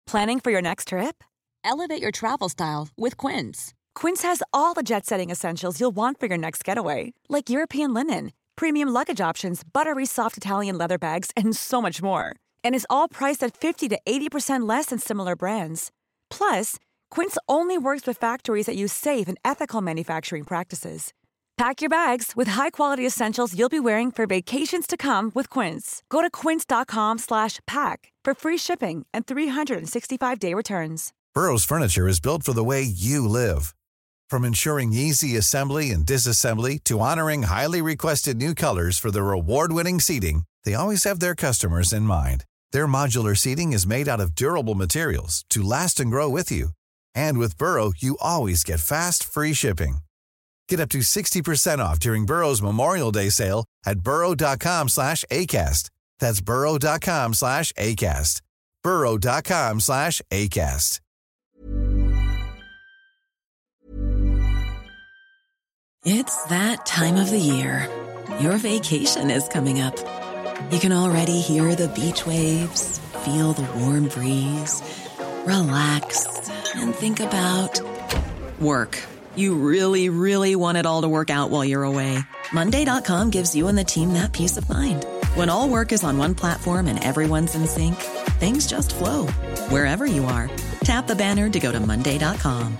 Planning for your next trip? Elevate your travel style with Quince. Quince has all the jet-setting essentials you'll want for your next getaway, like European linen, premium luggage options, buttery soft Italian leather bags, and so much more. And is all priced at 50 to 80% less than similar brands. Plus, Quince only works with factories that use safe and ethical manufacturing practices. Pack your bags with high-quality essentials you'll be wearing for vacations to come with Quince. Go to quince.com/pack for free shipping and 365-day returns. Burrow's furniture is built for the way you live. From ensuring easy assembly and disassembly to honoring highly requested new colors for their award-winning seating, they always have their customers in mind. Their modular seating is made out of durable materials to last and grow with you. And with Burrow, you always get fast, free shipping. Get up to 60% off during Burrow's Memorial Day sale at burrow.com/ACAST. That's burrow.com/ACAST. burrow.com/ACAST. It's that time of the year. Your vacation is coming up. You can already hear the beach waves, feel the warm breeze, relax, and think about work. You really, really want it all to work out while you're away. Monday.com gives you and the team that peace of mind. When all work is on one platform and everyone's in sync, things just flow. Wherever you are, tap the banner to go to Monday.com.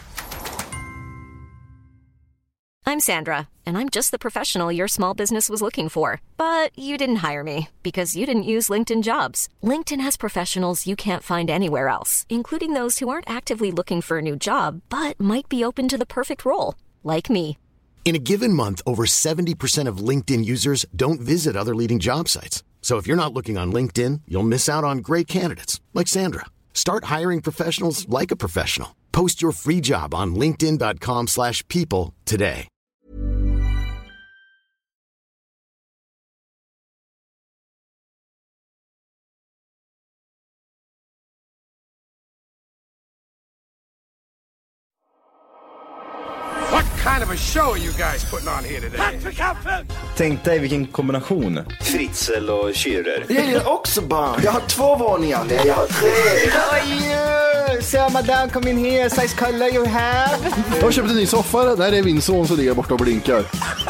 I'm Sandra, and I'm just the professional your small business was looking for. But you didn't hire me because you didn't use LinkedIn Jobs. LinkedIn has professionals you can't find anywhere else, including those who aren't actively looking for a new job, but might be open to the perfect role, like me. In a given month, over 70% of LinkedIn users don't visit other leading job sites. So if you're not looking on LinkedIn, you'll miss out on great candidates, like Sandra. Start hiring professionals like a professional. Post your free job on linkedin.com/people today. What kind of a show are you guys putting on here today? Tack för kaffen! Tänk dig vilken kombination. Fritzl och Schürrer. Jag gillar också barn. Jag har 2 våningar. Nej, jag har 3. Oj, so madame, come in here. Size color you have. Jag har köpt en ny soffa. Där är min son som ligger borta och blinkar.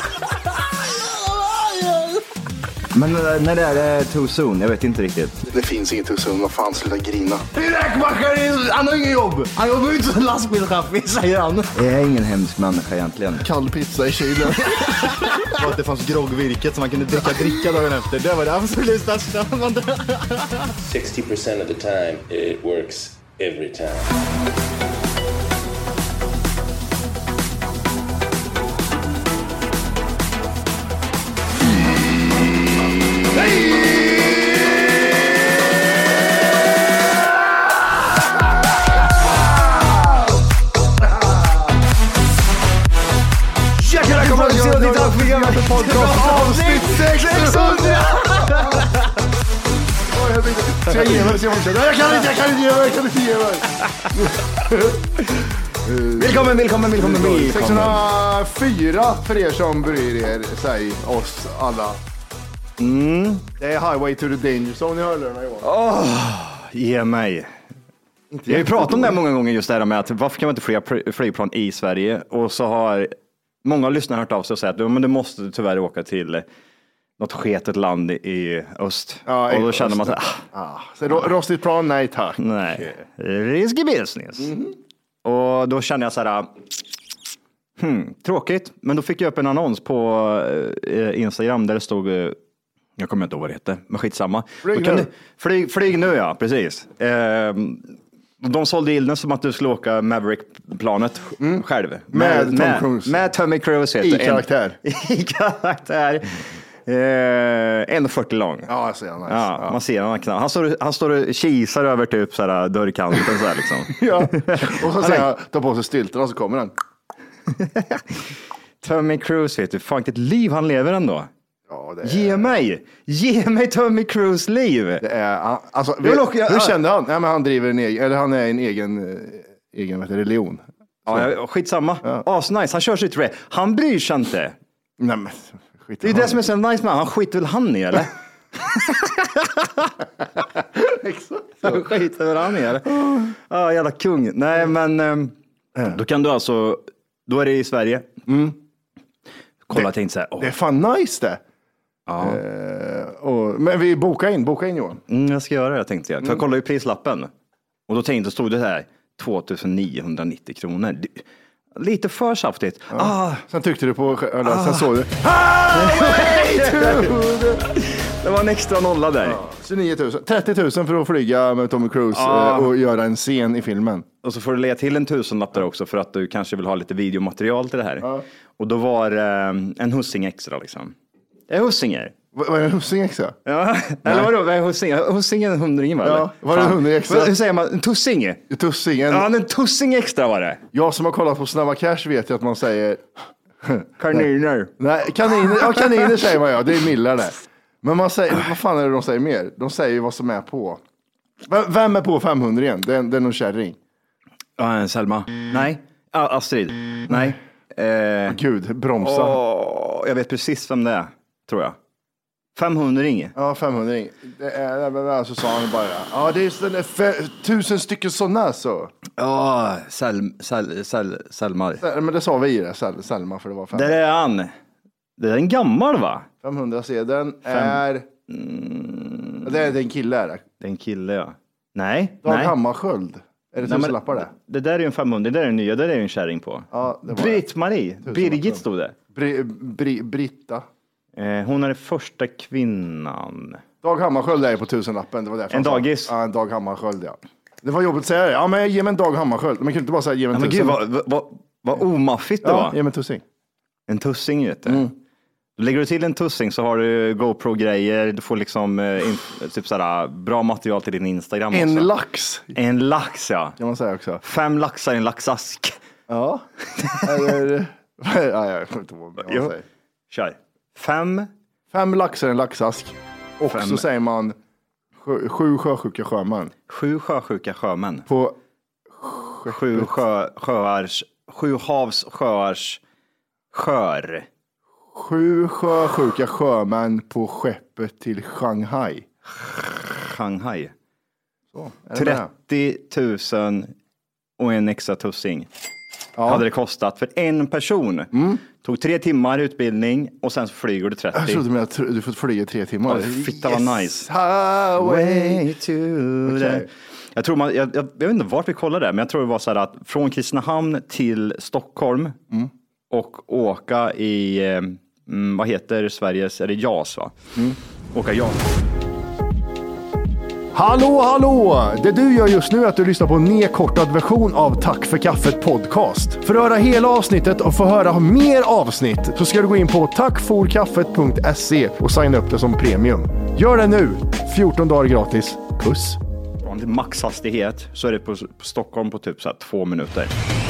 Men när det är too soon, jag vet inte riktigt. Det finns inget too soon, vad fan, sluta grina. Han har ingen jobb. Han jobbar inte som lastbilschaffis, säger han. Jag är ingen hemsk människa egentligen. Kall pizza i kylen. Och att det fanns groggvirket som man kunde dricka dagen efter. Det var det absolut största. 60% of the time it works every time. Avsnitt 600! Jag ger mig. Jag kan inte ge mig. Välkommen. 604 för er som bryr er, säg oss alla. Det är Highway to the Danger Zone i hörlurarna, Johan. Ge mig. Jag har ju pratat om det många gånger, just det här med att varför kan man inte flyga flygplan i Sverige? Och så har många lyssnare hört av sig och sagt att men du måste tyvärr åka till något sketet land i öst. Ja, och då känner man så rostigt plan, nej tack. Nej, risky business. Och då känner jag så här, tråkigt. Men då fick jag upp en annons på Instagram där det stod, jag kommer inte ihåg vad det heter, men skitsamma. Flyg nu, ja, precis. De sålde in som att du skulle åka Maverick-planet själv. Med Tom Cruise. Med Tommy Cruise. I karaktär. I karaktär. 1,40 lång. Ja, jag ser han. Nice. Ja, man ser han står och kisar över typ såhär dörrkanten så här liksom. Ja. Och så säger han, ta på sig stylten och så kommer han. Tommy Cruise, vet du, fan vilket liv han lever ändå. Ja, det är... Ge mig Tommy Cruise liv. Det är, alltså, hur kände han? Nej, men han driver en egen, eller han är en egen religion. Ja, skitsamma. Ja. Asnice, han kör sitt han bryr sig inte. Nej, men det är det som är så nice med han skiter väl han i, eller? Exakt. Skiter väl han ner. Ja, jävla kung. Nej, men då kan du alltså, då är det i Sverige. Kolla, jag tänkte så här. Det är fan nice det. Ja. Men vi boka in Johan. Jag ska göra det, tänkte jag. För jag kollade ju prislappen. Och då tänkte jag, stod det här 2990 kronor. Lite för saftigt. Sen tyckte du på, eller sen såg du. Det var en extra nolla där. 29 000. 30 000 för att flyga med Tommy Cruise och göra en scen i filmen. Och så får du lägga till en 1000-lapp där också för att du kanske vill ha lite videomaterial till det här. Och då var en hussing extra liksom. Det är hussinger. Vad är en hussing extra? Ja, eller vadå? Vad är hussing? Hussing är en 100 va? Ja, vad är en 100 extra? Hur säger man? En tussing? Ja, en tussing extra var det. Jag som har kollat på Snabba Cash vet ju att man säger kaniner. Nej, kaniner. Ja, kaniner säger man ja. Det är millar det. Men man säger, vad fan är det de säger mer? De säger ju vad som är på. Vem är på 500 igen? Det är någon kärring. Ja, en Selma. Nej. Astrid. Nej. Gud, bromsa. Jag vet precis vem det är, tror jag. 500 inget. Ja, 500 inget. Det är så sa han bara. Ja, det är 1000 stycken sådana så. Ja, Selmar. Men det sa vi i det, Selma, för det var 500. Det är han. Det är en gammal va? 500 sedan är... Det är en kille är det. Det är en kille, ja. Nej. Dag Hammarskjöld. Är det 1000 lappar det? Det där är ju en 500, det där är en nya, det där är ju en kärring på. Ja, det var Britt-Marie. Birgit stod det. Britta. Hon är den första kvinnan. Dag Hammarskjöld är på 1000-lappen. Det var en dagis? Ja, en Dag Hammarskjöld, ja. Det var jobbigt att säga det. Ja, men ge mig en Dag Hammarskjöld. Man kan inte bara säga ge mig en tussing. Men gud, vad omaffigt det var. Ge mig en tussing. En tussing, vet du. Lägger du till en tussing så har du GoPro-grejer. Du får liksom typ sådär, bra material till din Instagram. En också. lax. En lax, ja. Kan man säga också. 5 laxar i en laxask. Ja. Eller... jag får inte vad man säger. Kör. 5 laxar i en laxask. Och så säger man 7 sjösjuka sjömän. 7 sjösjuka sjömän. På 7 havs sjöars skör. 7 sjösjuka sjömän på skeppet till Shanghai. Shanghai. Så, 30 000 och en extra tussing. Ja. Hade det kostat för en person. Tog 3 timmar utbildning och sen så flyger du 30. Jag trodde att du fått flyga 3 timmar. Fitta var nice. Highway to the... Jag tror jag vet inte vart vi kollade det, men jag tror det var så här att från Kristinehamn till Stockholm och åka i vad heter Sveriges, är det JAS va? Åka JAS. Hallå! Det du gör just nu är att du lyssnar på en nedkortad version av Tack för kaffet podcast. För att höra hela avsnittet och få höra mer avsnitt så ska du gå in på tackforkaffet.se och signa upp det som premium. Gör det nu! 14 dagar gratis. Puss! Maxhastighet så är det på Stockholm på typ så här 2 minuter.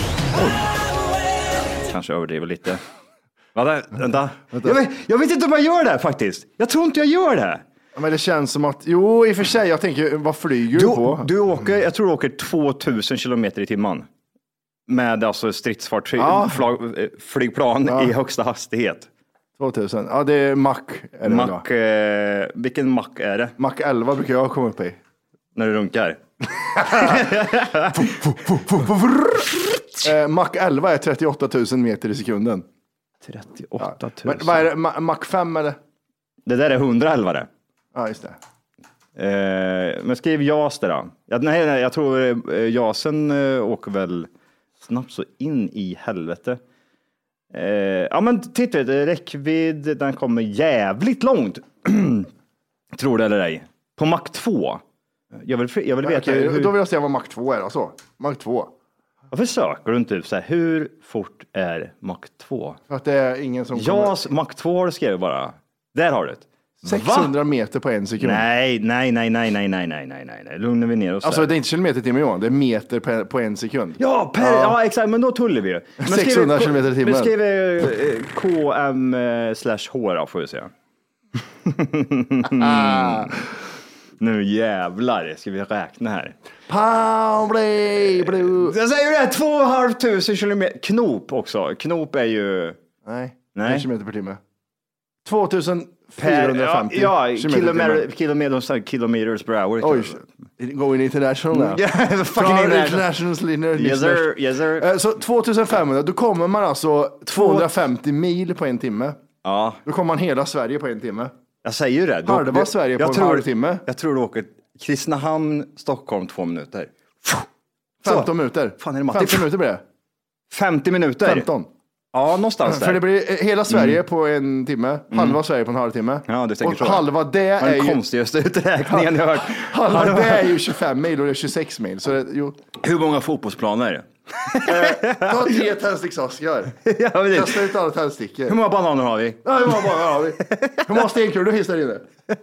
Kanske överdriver lite. Vänta. Jag vet inte om jag gör det faktiskt. Jag tror inte jag gör det. Men det känns som att, jo i och för sig, jag tänker, vad flyger du på? Jag tror du åker 2000 kilometer i timmen. Med alltså stridsfartyg, flygplan i högsta hastighet. 2000, ja det är Mach. Vilken Mach är det? Mach 11 brukar jag komma upp i. När du runkar. Mach 11 är 38 000 meter i sekunden. 38 000. Men vad är det, Mach 5 eller? Det där är 111 det. Ja, just det. Men skriv JAS där då. Nej, jag tror JASen åker väl snabbt så in i helvete. Ja, men titta, räckvidd, den kommer jävligt långt. Tror det eller ej. På Mach 2. Jag vill veta hur... Då vill jag säga vad Mach 2 är alltså. Mach 2. Varför söker du inte upp så här, hur fort är Mach 2? För att det är ingen som JAS Mach 2 har du skrivit bara. Där har du det. 600 meter på en sekund. Nej. Lugnar vi ner oss. Alltså det är inte kilometer i timmen, Johan. Det är meter på en sekund. Ja, exakt. Men då tullar vi ju. 600 kilometer i timmen. Men skriver KM/H då, får vi se. Nu jävlar, ska vi räkna här. Jag säger det, 2 500 kilometer. Knop också. Knop är ju... Nej. 1 kilometer per timme. 2450 kilometers per hour. Oj, going international now. Fucking international. Yes sir. Så 2500, då kommer man alltså 250 mil på en timme. Ja. Då kommer man hela Sverige på en timme. Jag säger ju det. Halva Sverige på en halvtimme. Jag tror du åker Kristinehamn, Stockholm 2 minuter. 15 minuter. Fan, är det 50 minuter blir det. 50 minuter? 15. Ja, någonstans där. För det blir hela Sverige på en timme, halva Sverige på en halvtimme. Ja, du tänker och så. Halva det är den konstigaste uträkningen jag hört. Halva det är ju 25 mil och det är 26 mil. Så det, jo. Hur många fotbollsplaner? Ta 3 tändsticksaskar. Kasta ut alla tändstickor. Hur många bananer har vi? Ja, hur många bananer har vi? Hur många stenkulor finns där inne?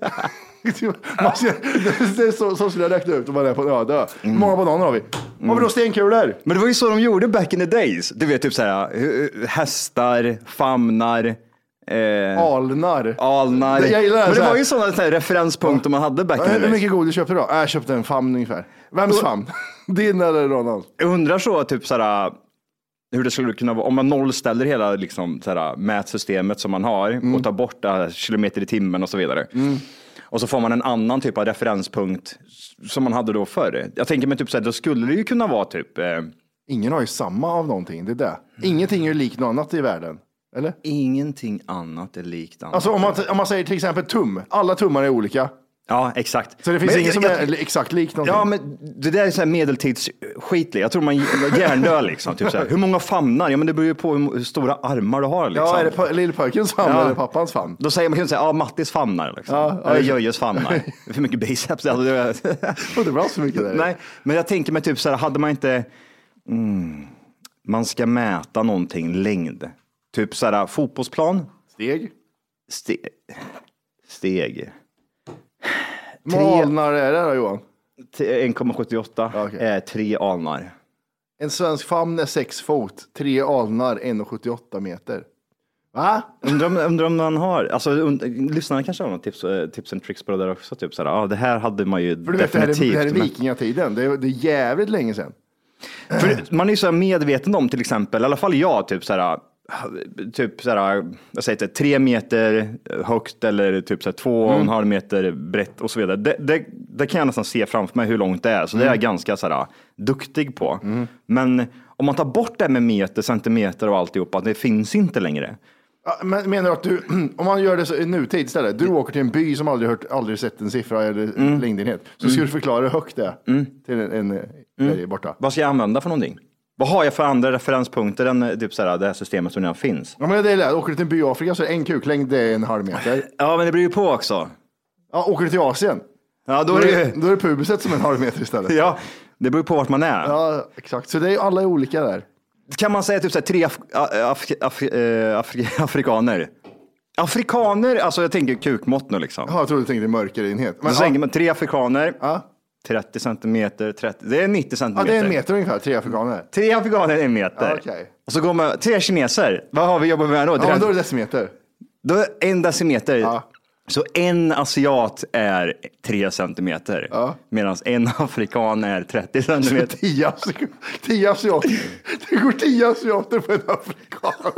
Det är så skulle jag räkna ut om man är på en öde. Hur många bananer har vi? Har vi då stenkulor? Men det var ju så de gjorde back in the days. Du vet typ såhär, hästar, famnar, alnar. Jag gillar det. Men det var ju sådana referenspunkter man hade back in the days. Hur mycket godis köpte du då? Jag köpte en famn ungefär. Vems famn? Din eller Ronald? Jag undrar så typ såhär hur det skulle kunna vara om man nollställer hela liksom, såhär, mätsystemet som man har och tar bort kilometer i timmen och så vidare. Och så får man en annan typ av referenspunkt som man hade då förr. Jag tänker mig typ såhär, då skulle det ju kunna vara typ... Ingen har ju samma av någonting, det är det. Ingenting är likt något annat i världen. Eller? Ingenting annat är likt annat. Alltså om man säger till exempel tum. Alla tummar är olika. Ja, exakt. Så det finns ingen som är exakt lik någonting. Ja, men det där är så här medeltidsskit. Jag tror man hjärndör liksom. Typ så här. Hur många famnar? Ja, men det beror ju på hur stora armar du har. Liksom. Ja, är det lillpojkens famn eller pappans famn? Då säger man säga, Mattis famnar. Liksom. Eller Jöjes famnar. För mycket biceps. Det var så mycket där. Nej, men jag tänker mig typ så här, hade man inte... man ska mäta någonting längd. Typ så här, fotbollsplan. Steg. Alnar är det då, Johan? 1,78 är 3 alnar. En svensk famn är 6 fot. 3 alnar 1,78 meter. Va? Undrar om man har, alltså lyssnarna kanske har någon tips and tricks på det där också. Typ såhär, det här hade man ju för definitivt. Det här är vikingatiden, det är jävligt länge sedan. För man är ju så medveten om till exempel, i alla fall jag, typ såhär, jag säger det, 3 meter högt eller typ så här 2,5 meter brett och så vidare. Det kan jag nästan se framför mig hur långt det är. Så det är jag ganska så här duktig på. Men om man tar bort det med meter, centimeter och alltihopa, det finns inte längre. Men menar du att du, om man gör det så i nutid istället, du åker till en by som aldrig sett en siffra eller längdenhet, så ska du förklara hur högt det är till en borta. Vad ska jag använda för någonting? Vad har jag för andra referenspunkter än typ såhär, det här systemet som redan finns? Ja, men det är det. Åker du till en by i Afrika så är en kuklängd det är 1,5 meter. Ja, men det blir ju på också. Ja, åker du till Asien? Ja, då är det pubiset som 1,5 meter istället. Ja, det beror på vart man är. Ja, exakt. Så det är alla olika där. Kan man säga typ såhär 3 afrikaner? Afrikaner, alltså jag tänker kukmått nu liksom. Ja, jag tror du tänkte mörkerenhet. Men så tänker man 3 afrikaner. Ja. 30 centimeter, 30, det är 90 centimeter. Ja, det är en meter ungefär, 3 afrikaner. 3 afrikaner är 1 meter. Ja, okay. Och så går man, 3 kineser. Vad har vi jobbat med då? Ja, men då är det decimeter. Då är 1 decimeter. Ja. Så en asiat är 3 centimeter. Ja. Medan en afrikan är 30 centimeter. 10 asiater. Det går 10 asiater på en afrikan.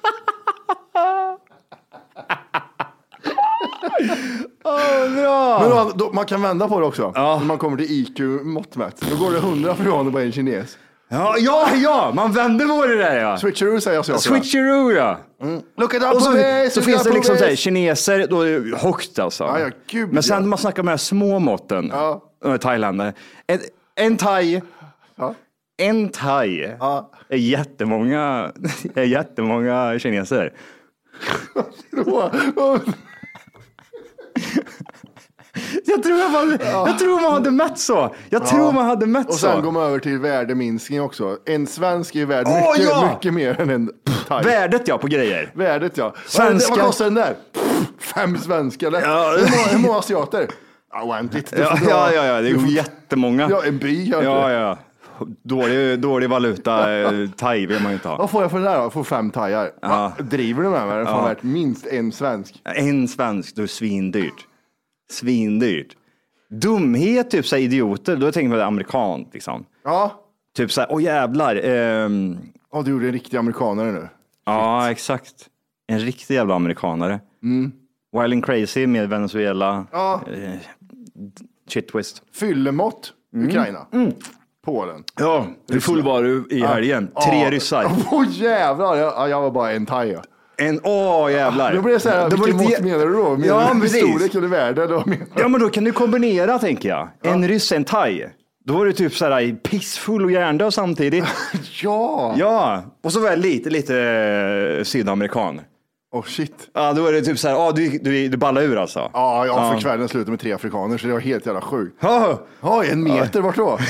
Bra. Men då, man kan vända på det också. Ja. När man kommer till IQ-måttmätt. Då går det 100 afrikaner på en kines. Ja, man vänder på det där, ja. Switcheroo säger jag så. Switcheroo, ja. Look at och så finns det liksom såhär, kineser, då är det högt alltså. Ja, gud, men sen när man snackar med de här små måtten, thailändare, en thai, en thai är jättemånga kineser. Jag tror man hade mätt så. Och sen går man över till värdeminskning också. En svensk är värd mycket mer än en thai. Värdet på grejer. Vad kostar den där? 5 svenskar. Hur många asiater? Oändligt. Ja, det är jättemånga. Ja, en by. Ja. Dålig valuta, thai vill man ju inte ha. Vad får jag för det där då? Jag får 5 thaiar. Ja. Driver du med mig? Det får värt minst en svensk. En svensk, då är svindyrt. Dumhet, typ så här idioter. Då tänker man det amerikanskt liksom. Ja. Typ så här, jävlar. Du gjorde en riktig amerikanare nu. Ja, exakt. En riktig jävla amerikanare. Wild and Crazy med Venezuela. Ja. Shit twist. Fyllemått, Ukraina. Polen. Ja, det full var du i helgen. 3 ryssar. Jävlar, jag var bara en thai. Jävlar. Då blir det så här, vilken mått menar du då? Ja, precis. Storlek eller värde? Ja, men då kan du kombinera, tänker jag. En ryss, en thai. Då var det typ så här pissfull och hjärndöd samtidigt. Ja, och så var jag lite sydamerikan. Shit. Ja, då var det typ så här, du ballar ur alltså. Ja, för kvällen slutade med 3 afrikaner, så det var helt jävla sjukt. Ja, 1 meter, vart då?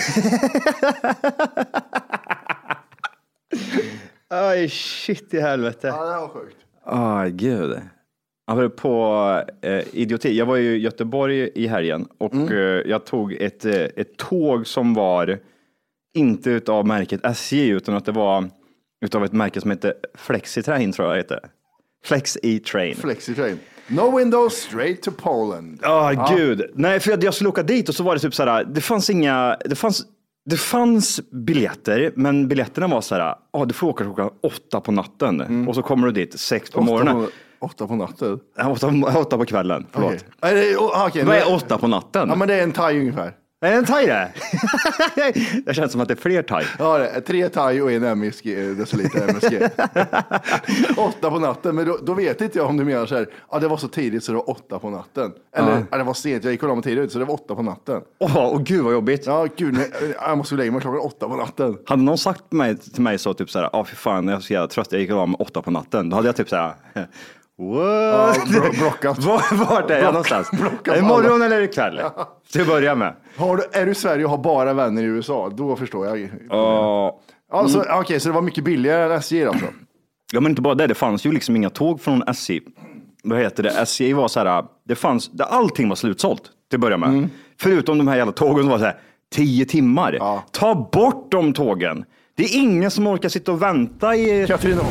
Aj, shit i helvete. Ja, det var sjukt. Gud. Jag var på idioti. Jag var i Göteborg i helgen och jag tog ett tåg som var inte utav märket SJ, utan att det var utav ett märke som heter Flexitrain, tror jag det heter. Flexitrain. No windows, straight to Poland. Gud. Nej, för jag skulle åka dit och så var det typ så här, det fanns biljetter, men biljetterna var så här, du får åka klockan 8 på natten och så kommer du dit 6 på morgonen. 8 på natten? 8 på kvällen, förlåt. Okay. Vad är 8 på natten? Ja, men det är en thai ungefär. Är det en thai det? Det känns som att det är fler thai. Ja, det är 3 thai och 1 MSG, deciliter MSG. 8 på natten, men då vet inte jag om du menar så här, det var så tidigt så det var 8 på natten. Eller det var sent, jag gick och la mig tidigt så det var 8 på natten. Gud vad jobbigt. Ja, gud, jag måste lägga mig klockan 8 på natten. Hade någon sagt till mig så typ så här, fy fan, jag är så jävla trött, jag gick och la mig 8 på natten. Då hade jag typ så här, what? Blockat. Vart är jag någonstans? Imorgon eller ikväll? Till att börja med. Är du i Sverige och har bara vänner i USA, då förstår jag. Okej, så det var mycket billigare än SJ alltså? Ja, men inte bara det. Det fanns ju liksom inga tåg från SJ. Vad heter det? SJ var så här, allting var slutsålt till att börja med. Förutom de här jävla tågen som var så här 10 timmar. Ta bort de tågen. Det är ingen som orkar sitta och vänta i... Katrineholm.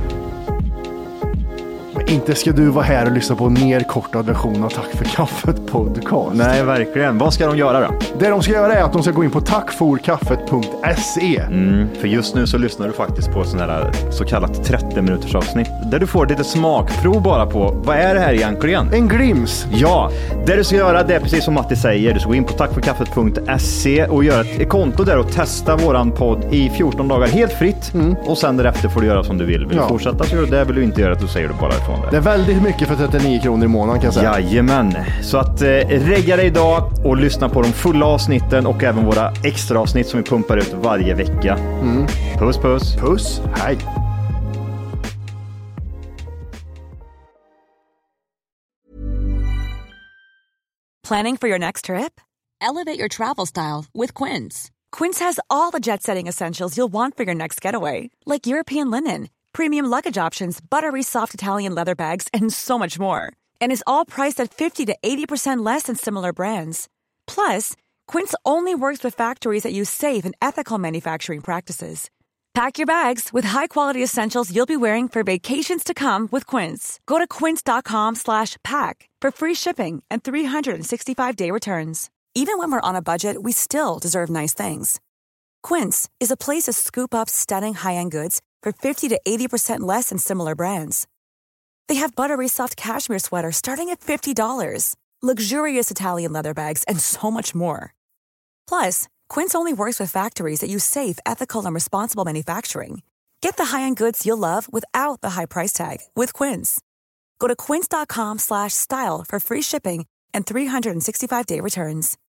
Inte ska du vara här och lyssna på en nerkortad version av Tack för kaffet podcast. Nej, verkligen. Vad ska de göra då? Det de ska göra är att de ska gå in på tackforkaffet.se. För just nu så lyssnar du faktiskt på sån här så kallat 30 minuters avsnitt. Där du får lite smakprov bara på, vad är det här egentligen? En glims. Ja, det du ska göra det är precis som Matti säger. Du ska gå in på tackforkaffet.se och göra ett konto där och testa våran podd i 14 dagar helt fritt. Och sen därefter får du göra som du vill. Vill du fortsätta så gör du det, vill du inte göra det, då säger du bara ifrån. Det är väldigt mycket för 39 kronor i månaden kan jag säga. Jajamän. Så att regga dig idag och lyssna på de fulla avsnitten och även våra extra avsnitt som vi pumpar ut varje vecka. Puss, puss. Puss, hej. Planning for your next trip? Elevate your travel style with Quince. Quince has all the jet-setting essentials you'll want for your next getaway, like European linen, premium luggage options, buttery soft Italian leather bags, and so much more. And is all priced at 50 to 80% less than similar brands. Plus, Quince only works with factories that use safe and ethical manufacturing practices. Pack your bags with high-quality essentials you'll be wearing for vacations to come with Quince. Go to quince.com/pack for free shipping and 365-day returns. Even when we're on a budget, we still deserve nice things. Quince is a place to scoop up stunning high-end goods for 50 to 80% less than similar brands. They have buttery soft cashmere sweaters starting at $50, luxurious Italian leather bags, and so much more. Plus, Quince only works with factories that use safe, ethical, and responsible manufacturing. Get the high-end goods you'll love without the high price tag with Quince. Go to quince.com/style for free shipping and 365-day returns.